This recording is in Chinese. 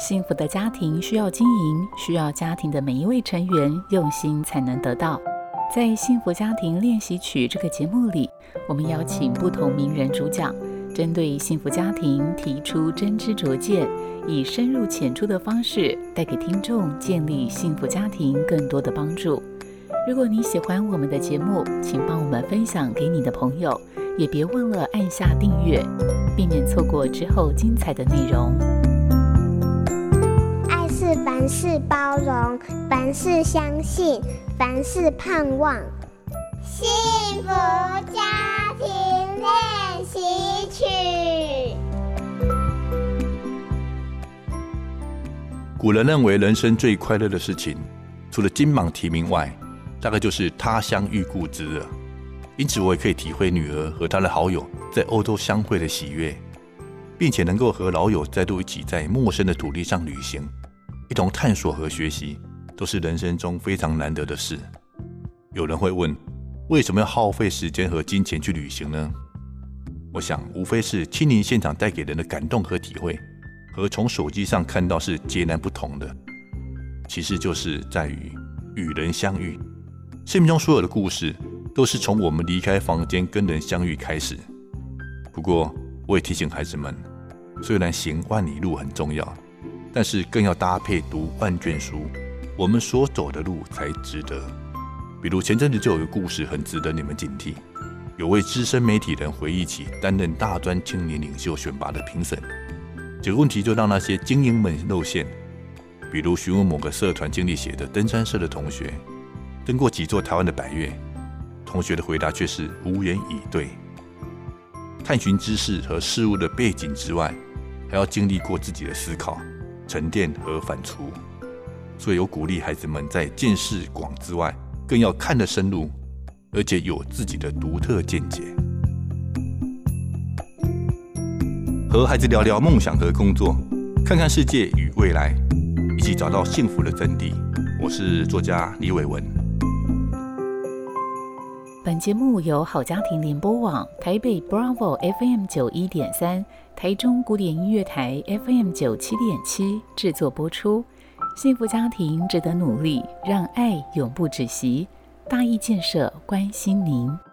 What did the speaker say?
幸福的家庭需要经营，需要家庭的每一位成员用心才能得到。在幸福家庭练习曲这个节目里，我们邀请不同名人主讲，针对幸福家庭提出真知灼见，以深入浅出的方式带给听众建立幸福家庭更多的帮助。如果你喜欢我们的节目，请帮我们分享给你的朋友，也别忘了按下订阅，避免错过之后精彩的内容。 爱是凡事包容，凡事相信，凡事盼望。幸福家庭练习曲。 古人认为人生最快乐的事情，除了金榜题名外，大概就是他乡遇故知了。因此我也可以体会女儿和她的好友在欧洲相会的喜悦，并且能够和老友再度一起在陌生的土地上旅行，一同探索和学习，都是人生中非常难得的事。有人会问，为什么要耗费时间和金钱去旅行呢？我想无非是亲临现场带给人的感动和体会，和从手机上看到是截然不同的。其实就是在于与人相遇。生命中所有的故事都是从我们离开房间跟人相遇开始。不过我也提醒孩子们，虽然行万里路很重要，但是更要搭配读万卷书，我们所走的路才值得。比如前阵子就有一个故事很值得你们警惕，有位资深媒体人回忆起担任大专青年领袖选拔的评审，这个问题就让那些精英们露馅。比如询问某个社团经历写的登山社的同学登过几座台湾的百岳，同学的回答却是无言以对。探寻知识和事物的背景之外，还要经历过自己的思考、沉淀和反刍。所以我鼓励孩子们在见识广之外，更要看得深入，而且有自己的独特见解。和孩子聊聊梦想和工作，看看世界与未来，一起找到幸福的真谛。我是作家李伟文。 本节目由好家庭联播网、台北 Bravo FM 91.3、台中古典音乐台 FM 97.7制作播出。幸福家庭值得努力，让爱永不止息。大义建设关心您。